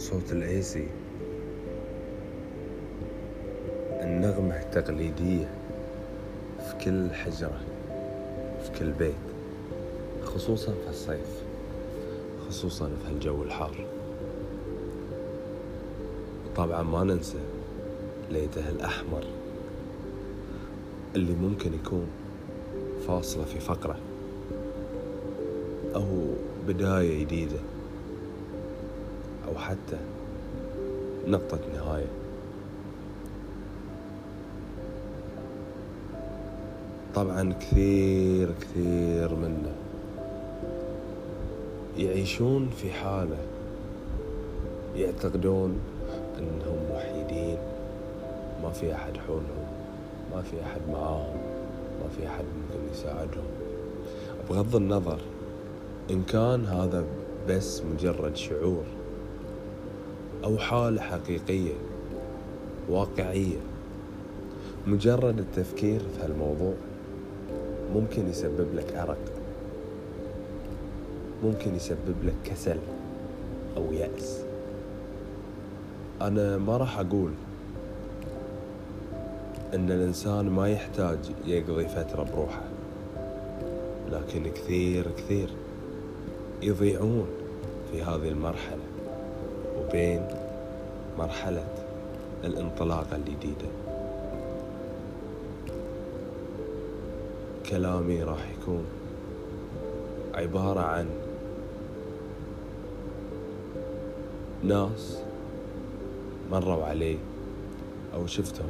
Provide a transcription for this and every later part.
صوت العيسي، النغمة التقليدية في كل حجرة، في كل بيت، خصوصا في الصيف، خصوصا في هالجو الحار. وطبعا ما ننسى ليته الأحمر اللي ممكن يكون فاصلة في فقرة أو بداية جديدة أو حتى نقطة نهاية. طبعا كثير منا يعيشون في حالة يعتقدون أنهم وحيدين، ما في أحد حولهم، ما في أحد معاهم، ما في أحد ممكن يساعدهم، بغض النظر إن كان هذا بس مجرد شعور أو حالة حقيقية واقعية. مجرد التفكير في هالموضوع ممكن يسبب لك أرق، ممكن يسبب لك كسل أو يأس. أنا ما راح أقول أن الإنسان ما يحتاج يقضي فترة بروحه، لكن كثير يضيعون في هذه المرحلة وبين مرحلة الانطلاقة الجديدة. كلامي راح يكون عبارة عن ناس مروا علي أو شفتهم،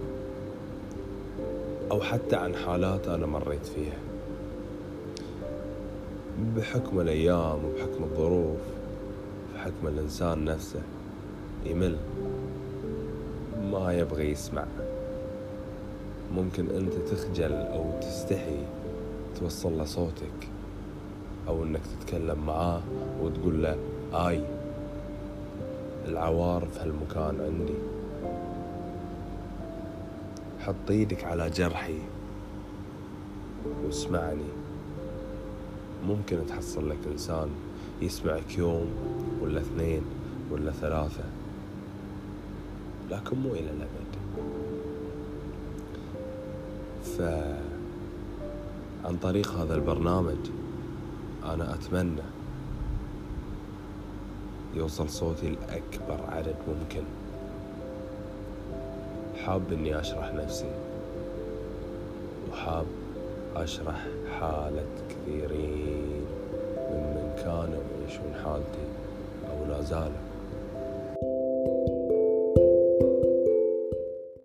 أو حتى عن حالات أنا مريت فيها بحكم الأيام وبحكم الظروف، بحكم الإنسان نفسه يمل، ما يبغي يسمع. ممكن أنت تخجل أو تستحي توصل له صوتك، أو أنك تتكلم معاه وتقول له العوار في هالمكان عندي، حط ايدك على جرحي واسمعني. ممكن تحصل لك إنسان يسمعك يوم ولا 2 ولا 3، لكن مو إلى الأبد. عن طريق هذا البرنامج أنا أتمنى يوصل صوتي لأكبر عدد ممكن. حاب إني أشرح نفسي، وحاب أشرح حالة كثيرين ممن كانوا يعيشون حالتي أو لا زالوا.